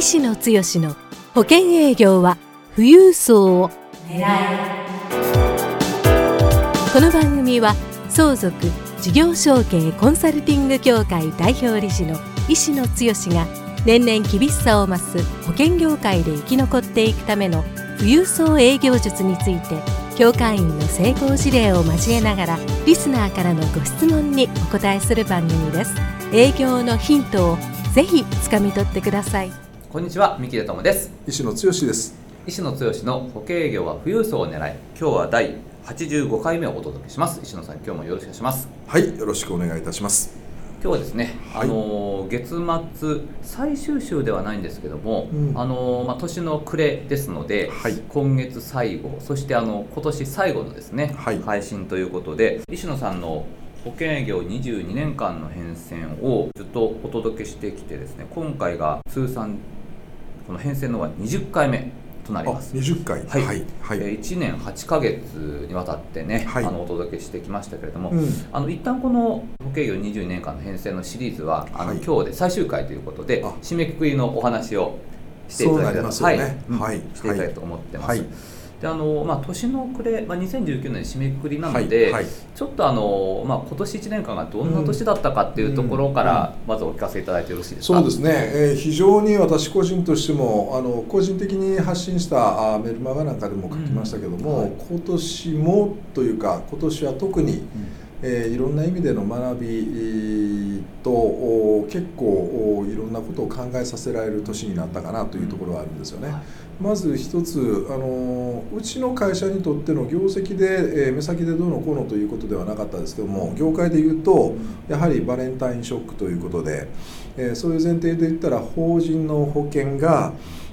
石野剛の保険営業は富裕層を狙え。この番組は相続事業承継コンサルティング協会代表理事の石野剛が年々厳しさを増す保険業界で生き残っていくための富裕層営業術について、協会員の成功事例を交えながらリスナーからのご質問にお答えする番組です。営業のヒントをぜひつかみ取ってください。 こんにちは、三木出友です。 石野剛です。 石野剛の保険営業は富裕層を狙い。今日は第85回目をお届けします。石野さん、今日もよろしくお願いします。 はい、よろしくお願いいたします。 今日はですね、 はい、 月末最終週ではないんですけども、年の暮れですので、 はい、 今月最後、そして今年最後のですね、 はい、 配信ということで、石野さんの保険営業22年間の変遷をずっとお届けしてきてですね、今回が通算この変遷のが20回目となります。 20回、 はい、 はいはい、 1年8ヶ月にわたってね、 はい、 お届けしてきましたけれども、一旦この保険営業22年間の変遷のシリーズは今日で最終回ということで、締めくくりのお話をしていただければ、していきたいと思ってます。で年の暮れ、2019年締めくくりなので、ちょっと今年1年間がどんな年だったかっていうところからまずお聞かせいただいてよろしいですか。 そうですね、非常に私個人としても個人的に発信したメルマガなんかでも書きましたけども、今年もというか今年は特に、いろんな意味での学びと結構いろんなことを考えさせられる年になったかなというところはあるんですよね。まず一つうちの会社にとっての業績で、目先でどうのこうのということではなかったですけども、業界でいうとやはりバレンタインショックということで、そういう前提で言ったら法人の保険が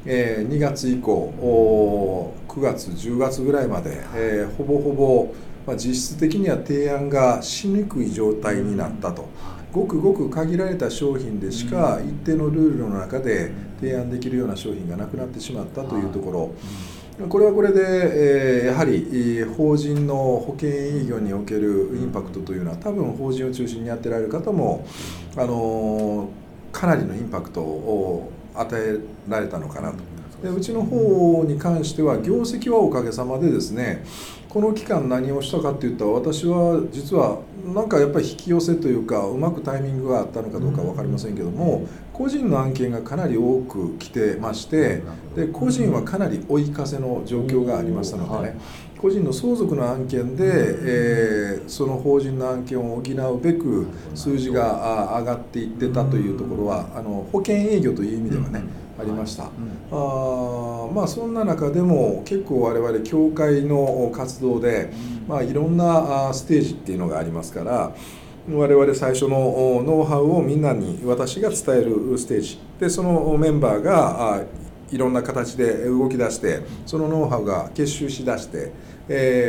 2月以降9月10月ぐらいまで、ほぼほぼ実質的には提案がしにくい状態になったと。ごくごく限られた商品でしか一定のルールの中で提案できるような商品がなくなってしまったというところ、これはこれで、やはり法人の保険営業におけるインパクトというのは多分法人を中心にやってられる方もかなりのインパクトを与えられたのかなと。でうちの方に関しては業績はおかげさまでですね、この期間何をしたかっていったら、私は実はなんかやっぱり引き寄せというかうまくタイミングがあったのかどうか分かりませんけども、個人の案件がかなり多く来てまして、で個人はかなり追い風の状況がありましたのでね、個人の相続の案件で、その法人の案件を補うべく数字が上がっていってたというところは保険営業という意味ではね、ありました。そんな中でも結構我々協会の活動で、いろんなステージっていうのがありますから、我々最初のノウハウをみんなに私が伝えるステージで、そのメンバーがいろんな形で動き出して、そのノウハウが結集しだして、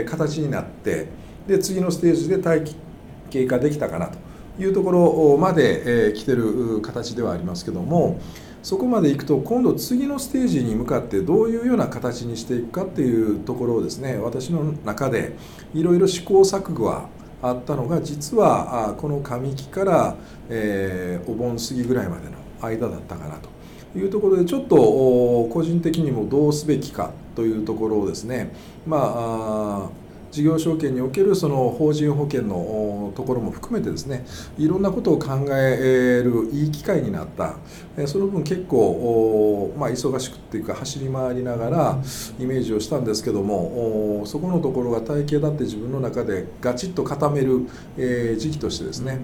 形になって、で次のステージで体系化できたかなというところまで、来てる形ではありますけども、そこまでいくと今度次のステージに向かってどういうような形にしていくかっていうところをですね、私の中でいろいろ試行錯誤があったのが、実はこの上期から、お盆過ぎぐらいまでの間だったかなというところで、ちょっと個人的にもどうすべきかというところをですね、事業承継におけるその法人保険のところも含めてですね、いろんなことを考えるいい機会になった。その分結構忙しくっていうか走り回りながらイメージをしたんですけども、そこのところが体系だって自分の中でガチッと固める時期としてですね、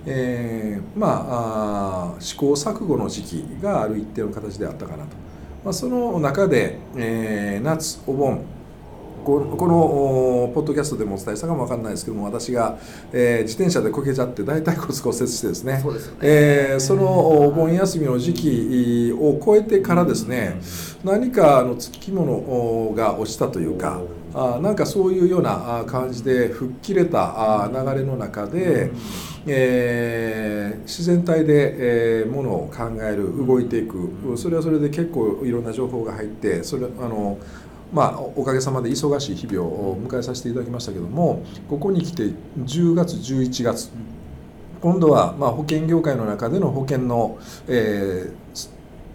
試行錯誤の時期がある一定の形であったかなと。その中で夏お盆、このポッドキャストでもお伝えしたかも分かんないですけども、私が、自転車でこけちゃって大腿骨骨折してですね、そのお盆休みの時期を超えてからですね、何かつきものが落ちたというか、なんかそういうような感じで吹っ切れた流れの中で、自然体でものを考える、動いていく、それはそれで結構いろんな情報が入って、それおかげさまで忙しい日々を迎えさせていただきましたけども、ここに来て10月11月、今度は保険業界の中での保険の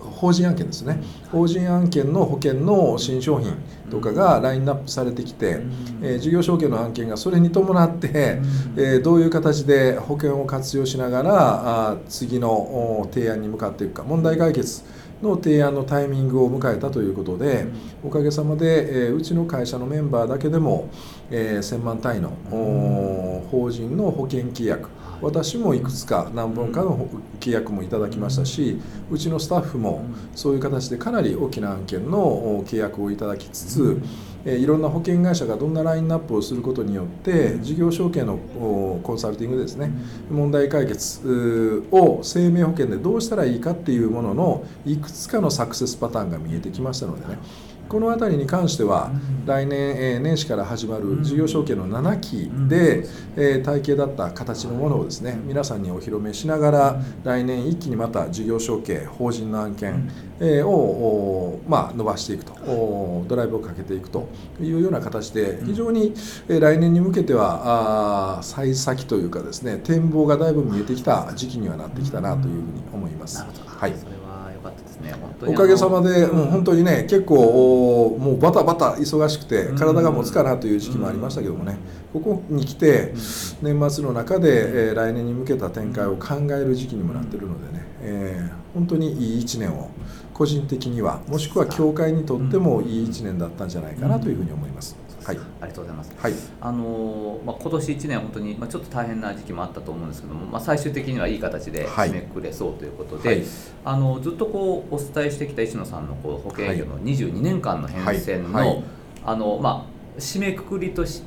法人案件ですね、法人案件の保険の新商品とかがラインナップされてきて、事業承継の案件がそれに伴って、どういう形で保険を活用しながら次の提案に向かっていくか、問題解決の提案のタイミングを迎えたということで、おかげさまでうちの会社のメンバーだけでも1000万単位の法人の保険契約、私もいくつか何本かの契約もいただきましたし、うちのスタッフもそういう形でかなり大きな案件の契約をいただきつつ、いろんな保険会社がどんなラインナップをすることによって事業承継のコンサルティングですね、問題解決を生命保険でどうしたらいいかっていうもののいくつかのサクセスパターンが見えてきましたのでね、この辺りに関しては来年年始から始まる事業承継の7期で体系だった形のものをですね、皆さんにお披露目しながら、来年一気にまた事業承継法人の案件を伸ばしていくと、ドライブをかけていくというような形で、非常に来年に向けては幸先というかですね、展望がだいぶ見えてきた時期にはなってきたなというふうに思います。はい、おかげさまで、本当にね、結構もうバタバタ忙しくて体が持つかなという時期もありましたけどもね、ここに来て年末の中で来年に向けた展開を考える時期にもなっているのでね、本当にいい1年を個人的には、もしくは協会にとってもいい1年だったんじゃないかなというふうに思います。はい、 ありがとうございます。 はい、 今年1年本当に、ちょっと大変な時期もあったと思うんですけども、最終的にはいい形で締めくくれそうということで、ずっとお伝えしてきた石野さんの保険業の22年間の変遷の、締めくくりとして、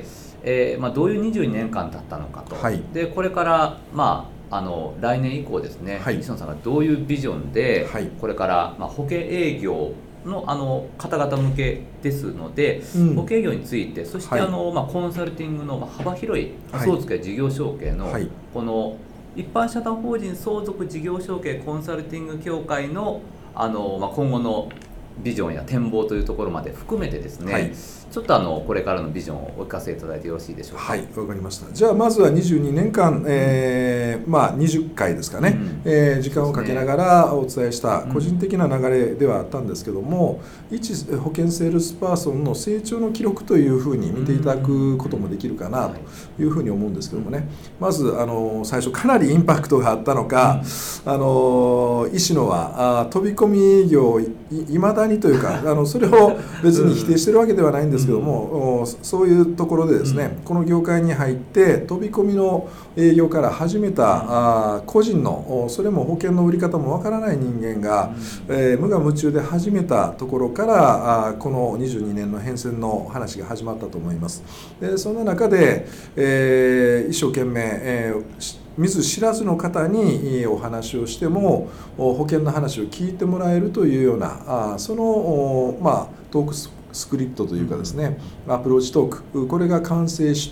どういう22年間だったのかと、でこれから来年以降ですね、石野さんがどういうビジョンで、これから保険営業の方々向けですので、保険業について、そしてコンサルティングの幅広い相続や事業承継の、この一般社団法人相続事業承継コンサルティング協会の今後のビジョンや展望というところまで含めてですね、ちょっとこれからのビジョンをお聞かせいただいてよろしいでしょうか。 はい、わかりました。じゃあまずは22年間、20回ですかね、時間をかけながらお伝えした個人的な流れではあったんですけども、一保険セールスパーソンの成長の記録というふうに見ていただくこともできるかなというふうに思うんですけどもね、まず最初かなりインパクトがあったのか、石野は飛び込み営業いまだにというかそれを別に否定してるわけではないんですけども、そういうところでですね、この業界に入って飛び込みの営業から始めた個人の、それも保険の売り方もわからない人間が、無我夢中で始めたところからこの22年の変遷の話が始まったと思います。でその中で、一生懸命、見ず知らずの方にお話をしても保険の話を聞いてもらえるというようなそのトークスクリプトというかですね、アプローチトーク、これが完成して、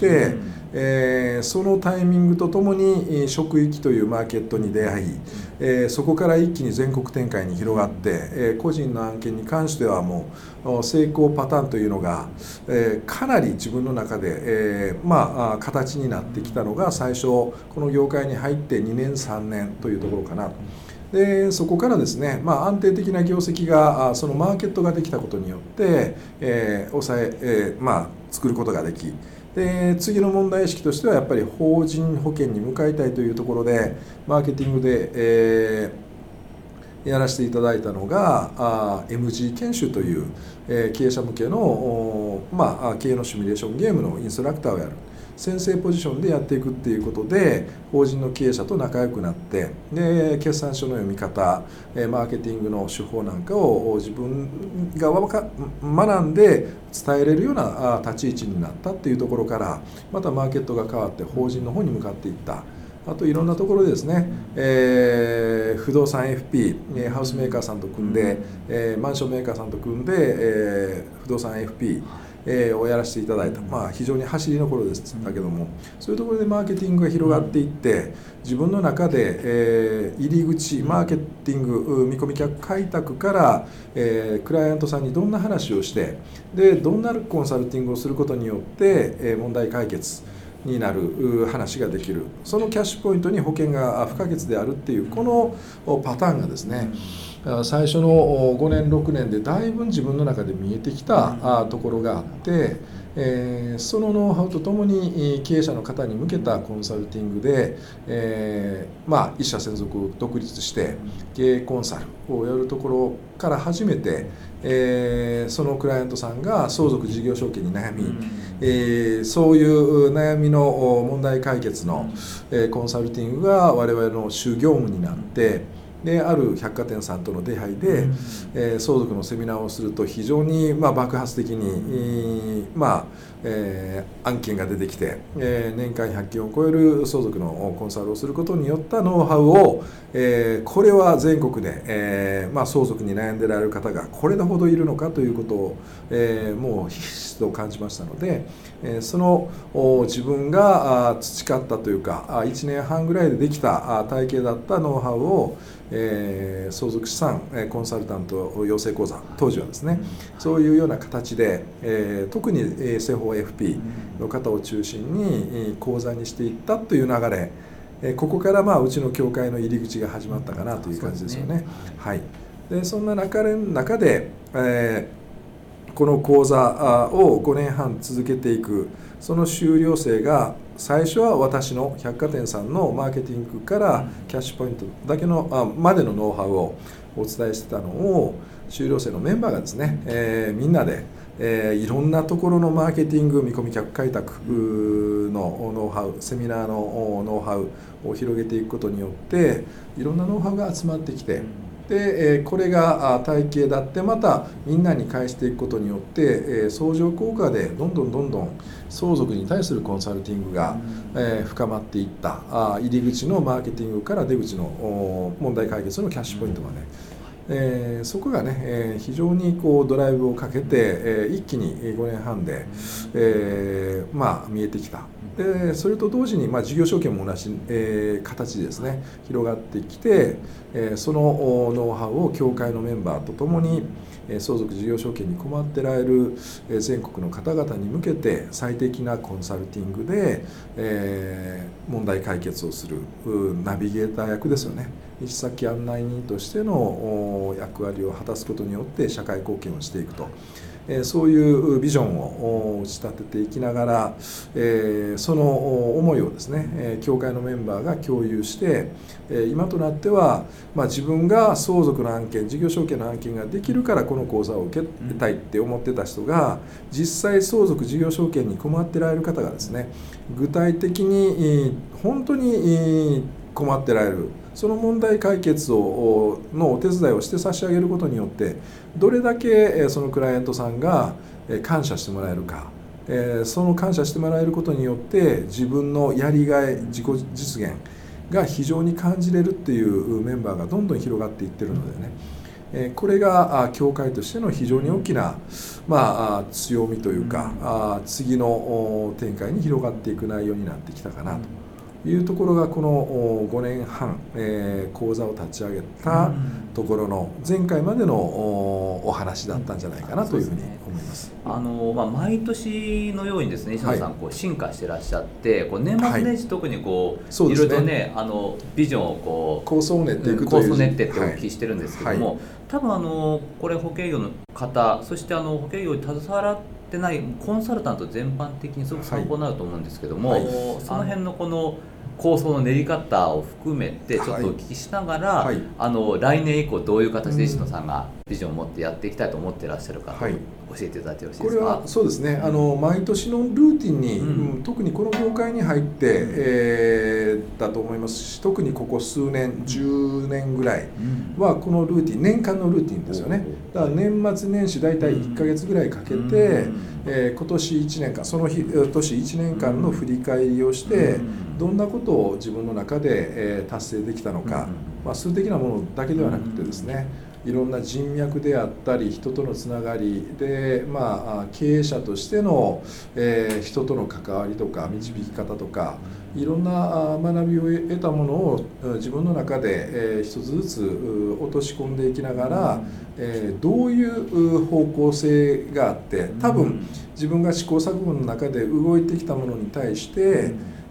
そのタイミングとともに職域というマーケットに出会い、そこから一気に全国展開に広がって、個人の案件に関してはもう成功パターンというのが、かなり自分の中で、形になってきたのが最初この業界に入って2年3年というところかなと。でそこからですね、安定的な業績がそのマーケットができたことによって、作ることができ、で次の問題意識としてはやっぱり法人保険に向かいたいというところでマーケティングで、やらせていただいたのがMG 研修という、経営者向けの、経営のシミュレーションゲームのインストラクターをやる先生ポジションでやっていくっていうことで法人の経営者と仲良くなって、で決算書の読み方、マーケティングの手法なんかを自分が学んで伝えれるような立ち位置になったっていうところから、またマーケットが変わって法人の方に向かっていった。あといろんなところでですね、不動産 FP、ハウスメーカーさんと組んで、マンションメーカーさんと組んで、不動産 FPをやらせていただいた、非常に走りの頃でしたけども、そういうところでマーケティングが広がっていって、自分の中で、入り口マーケティング見込み客開拓から、クライアントさんにどんな話をして、でどんなコンサルティングをすることによって、問題解決になる話ができる、そのキャッシュポイントに保険が不可欠であるっていうこのパターンがですね、最初の5年6年でだいぶ自分の中で見えてきたところがあって、そのノウハウとともに経営者の方に向けたコンサルティングで、一社専属独立して経営コンサルをやるところから始めて、そのクライアントさんが相続事業承継に悩み、そういう悩みの問題解決のコンサルティングが我々の主業務になって、である百貨店さんとの出会いで、相続のセミナーをすると非常に爆発的に、案件が出てきて、年間100件を超える相続のコンサルをすることによったノウハウを、これは全国で、相続に悩んでられる方がこれほどいるのかということを、もうひしひしと感じましたので、その自分が培ったというか1年半ぐらいでできた体系だったノウハウを相続資産コンサルタント養成講座、当時はですね、そういうような形で、特に施法 FP の方を中心に講座にしていったという流れ、ここからうちの協会の入り口が始まったかなという感じですよね。はい、でそんな中で、この講座を5年半続けていく、その修了生が最初は私の百貨店さんのマーケティングからキャッシュポイントだけのまでのノウハウをお伝えしてたのを、修了生のメンバーがですね、みんなで、いろんなところのマーケティング見込み客開拓のノウハウ、セミナーのノウハウを広げていくことによっていろんなノウハウが集まってきて、でこれが体系だってまたみんなに返していくことによって相乗効果でどんどん相続に対するコンサルティングが深まっていった。入り口のマーケティングから出口の問題解決のキャッシュポイントまで、そこがね非常にドライブをかけて一気に5年半で見えてきた。でそれと同時に事業承継も同じ形でですね広がってきて、そのノウハウを協会のメンバーとともに相続事業承継に困ってられる全国の方々に向けて最適なコンサルティングで問題解決をするナビゲーター役ですよね。行き先案内人としての役割を果たすことによって社会貢献をしていくと、そういうビジョンを打ち立てていきながら、その思いをですね協会のメンバーが共有して、今となっては、自分が相続の案件、事業承継の案件ができるからこの講座を受けたいって思ってた人が、実際相続事業承継に困ってられる方がですね、具体的に本当に困ってられる、その問題解決のお手伝いをして差し上げることによってどれだけそのクライアントさんが感謝してもらえるか、その感謝してもらえることによって自分のやりがい、自己実現が非常に感じれるっていうメンバーがどんどん広がっていってるのでね、これが協会としての非常に大きな、強みというか、次の展開に広がっていく内容になってきたかなというところが、この5年半、講座を立ち上げたところの前回までのお話だったんじゃないかなというふうに思います。 毎年のようにですね、石野さん進化してらっしゃって、年末年始特にいろいろとねビジョンを構想を練っていくという、 構想練ってってお聞きしてるんですけども、多分これ保険業の方、そして保険業に携わってないコンサルタント全般的にすごく参考になると思うんですけども、その辺のこの構想の練り方を含めてちょっとお聞きしながら、来年以降どういう形で石野さんがビジョンを持ってやっていきたいと思ってらっしゃるかと、教えていただいてよろしいですか。 これはそうですね、毎年のルーティンに、特にこの業界に入って、だと思いますし、特にここ数年10年ぐらいはこのルーティン、年間のルーティンですよね。だから年末年始だいたい1ヶ月ぐらいかけて、今年1年間、その年1年間の振り返りをして、どんなことを自分の中で達成できたのか、数的なものだけではなくてですね、 いろんな人脈であったり人とのつながりで、経営者としての、人との関わりとか導き方とかいろんな学びを得たものを自分の中で、一つずつ落とし込んでいきながら、どういう方向性があって多分自分が試行錯誤の中で動いてきたものに対して、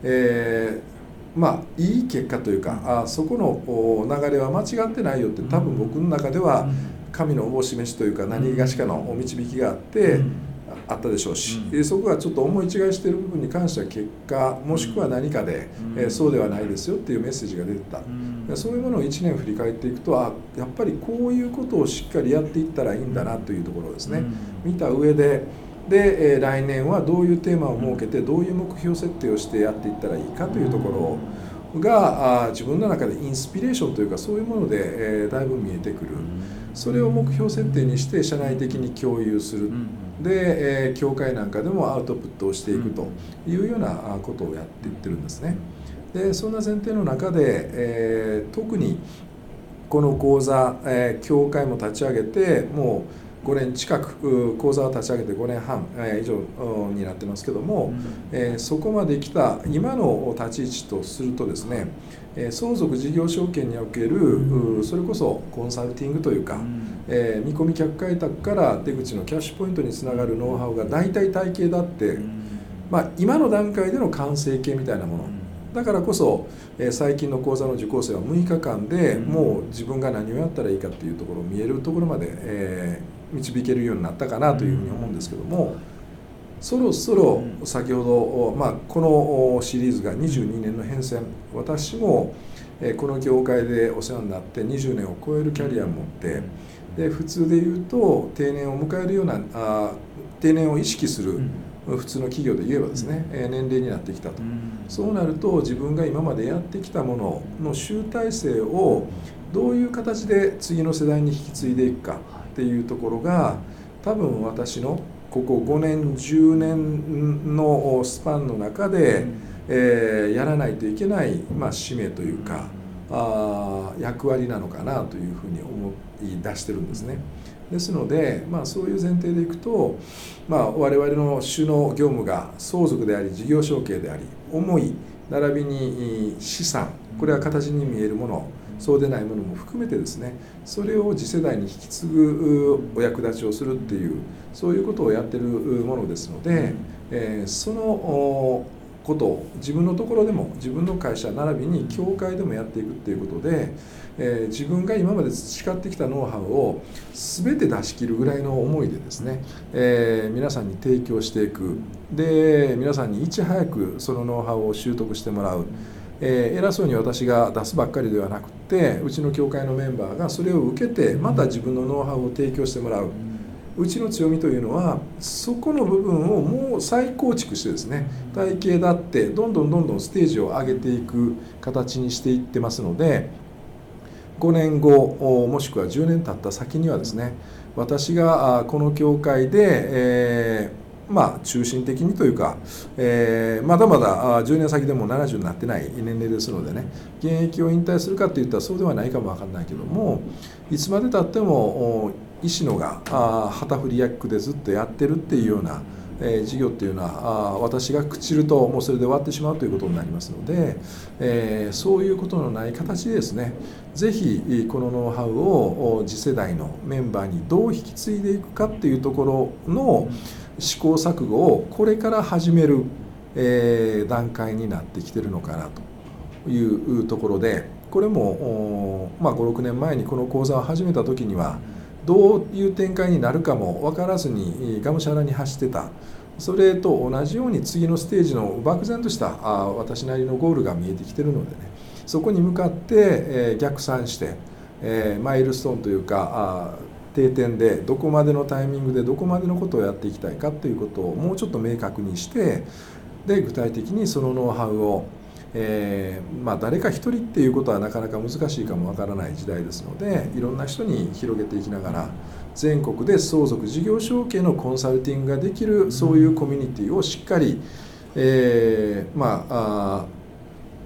いい結果というかそこの流れは間違ってないよって多分僕の中では神のお示しというか何がしかのお導きがあってあったでしょうし、そこがちょっと思い違いしている部分に関しては結果もしくは何かで、そうではないですよっていうメッセージが出てた。そういうものを1年振り返っていくとやっぱりこういうことをしっかりやっていったらいいんだなというところですね、見た上で来年はどういうテーマを設けてどういう目標設定をしてやっていったらいいかというところが自分の中でインスピレーションというかそういうものでだいぶ見えてくる。それを目標設定にして社内的に共有する。で教会なんかでもアウトプットをしていくというようなことをやっていってるんですね。でそんな前提の中で、特にこの講座、教会も立ち上げてもう5年近く講座を立ち上げて5年半以上になってますけども、そこまで来た今の立ち位置とするとですね、相続事業承継におけるそれこそコンサルティングというか、見込み客開拓から出口のキャッシュポイントにつながるノウハウが大体体系だって、今の段階での完成形みたいなものだからこそ、最近の講座の受講生は6日間でもう自分が何をやったらいいかっていうところを見えるところまで、導けるようになったかなというふうに思うんですけども、そろそろ先ほど、このシリーズが22年の変遷、私もこの業界でお世話になって20年を超えるキャリアを持って、で普通でいうと定年を迎えるような定年を意識する普通の企業で言えばですね、年齢になってきたと。そうなると自分が今までやってきたものの集大成をどういう形で次の世代に引き継いでいくかっていうところが多分私のここ5年10年のスパンの中で、やらないといけない、使命というか役割なのかなというふうに思い出してるんですね。ですので、そういう前提でいくと、我々の主の業務が相続であり事業承継であり思い並びに資産、これは形に見えるものそうでないものも含めてですね、それを次世代に引き継ぐお役立ちをするっていうそういうことをやってるものですので、そのことを自分のところでも自分の会社並びに教会でもやっていくっていうことで、自分が今まで培ってきたノウハウを全て出し切るぐらいの思いでですね、皆さんに提供していく。で皆さんにいち早くそのノウハウを習得してもらう。偉そうに私が出すばっかりではなくて、うちの教会のメンバーがそれを受けてまた自分のノウハウを提供してもらう。うちの強みというのはそこの部分をもう再構築してですね、体系だってどんどんステージを上げていく形にしていってますので、5年後もしくは10年経った先にはですね、私がこの教会で、中心的にというか、まだまだ10年先でも70になってない年齢ですのでね、現役を引退するかといったらそうではないかもわかんないけども、いつまでたっても石野が旗振り役でずっとやってるっていうような事業っていうのは私が朽ちるともうそれで終わってしまうということになりますので、そういうことのない形でですね、ぜひこのノウハウを次世代のメンバーにどう引き継いでいくかっていうところの試行錯誤をこれから始める、段階になってきてるのかなというところで、これも5、6年前にこの講座を始めた時にはどういう展開になるかも分からずにがむしゃらに走ってた。それと同じように次のステージの漠然とした私なりのゴールが見えてきてるのでね、そこに向かって逆算してマイルストーンというか定点でどこまでのタイミングでどこまでのことをやっていきたいかということをもうちょっと明確にして、で具体的にそのノウハウを誰か一人っていうことはなかなか難しいかもわからない時代ですので、いろんな人に広げていきながら全国で相続事業承継のコンサルティングができるそういうコミュニティをしっかり、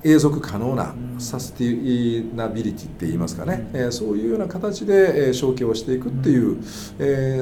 永続可能なサスティナビリティって言いますかね、そういうような形で承継をしていくっていう、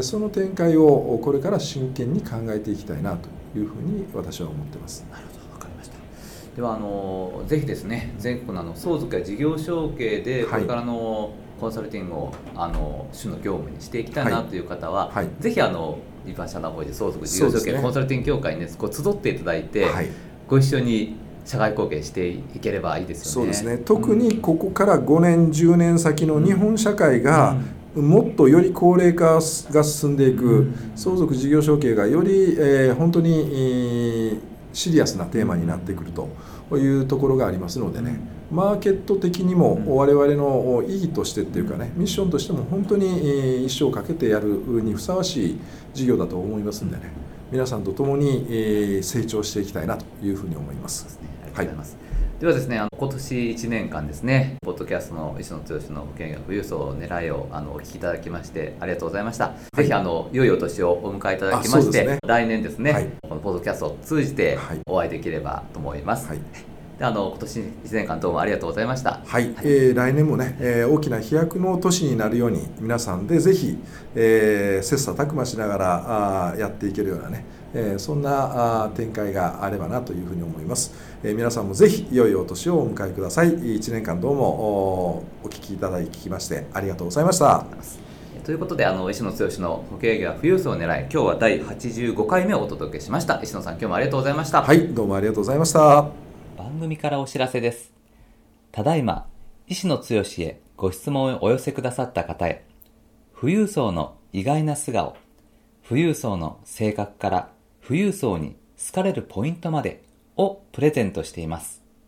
その展開をこれから真剣に考えていきたいなというふうに私は思っています。 なるほど、わかりました。ではぜひですね、全国の相続や事業承継でこれからのコンサルティングを主の業務にしていきたいなという方は、ぜひ一般社団法人相続事業承継コンサルティング協会に集っていただいて、ご一緒に社会貢献していければいいですよね。 そうですね。特にここから5年10年先の日本社会がもっとより高齢化が進んでいく、相続事業承継がより、本当にシリアスなテーマになってくるというところがありますのでね、マーケット的にも我々の意義としてっていうかね、ミッションとしても本当に一生かけてやるにふさわしい事業だと思いますんでね、皆さんと共に成長していきたいなというふうに思います。 ありがとうございます。ではですね、今年1年間ですね、ポッドキャストの石野剛の保険学富裕層を狙いをお聞きいただきましてありがとうございました。ぜひ良いお年をお迎えいただきまして、来年ですね、このポッドキャストを通じてお会いできればと思います。で今年1年間どうもありがとうございました。 来年もね、大きな飛躍の年になるように皆さんでぜひ、切磋琢磨しながらやっていけるようなね、そんな展開があればなというふうに思います。皆さんもぜひ良いお年をお迎えください。1年間どうもお聞きいただきましてありがとうございました。 ということで石野剛の保険営業は富裕層を狙い、今日は第85回目をお届けしました。石野さん、今日もありがとうございました。 はい、どうもありがとうございました。 番組からお知らせです。ただいま石野剛へご質問をお寄せくださった方へ、富裕層の意外な素顔、富裕層の性格から富裕層に好かれるポイントまでをプレゼントしています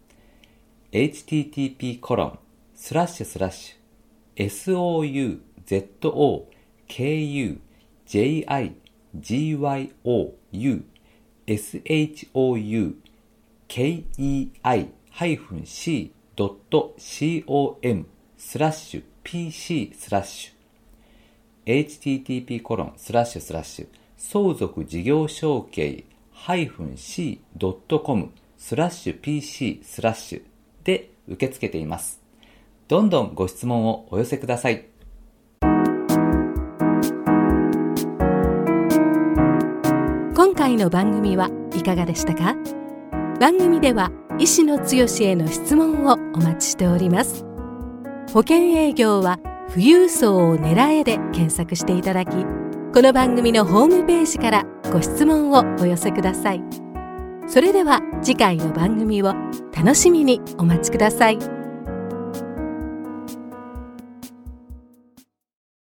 。http://souzokei-jizou-kei-pc/ 相続事業承継-c.com/pc/ で受け付けています。どんどんご質問をお寄せください。 今回の番組はいかがでしたか？番組では石野剛への質問をお待ちしております。保険営業は富裕層を狙えで検索していただき、この番組のホームページからご質問をお寄せください。それでは次回の番組を楽しみにお待ちください。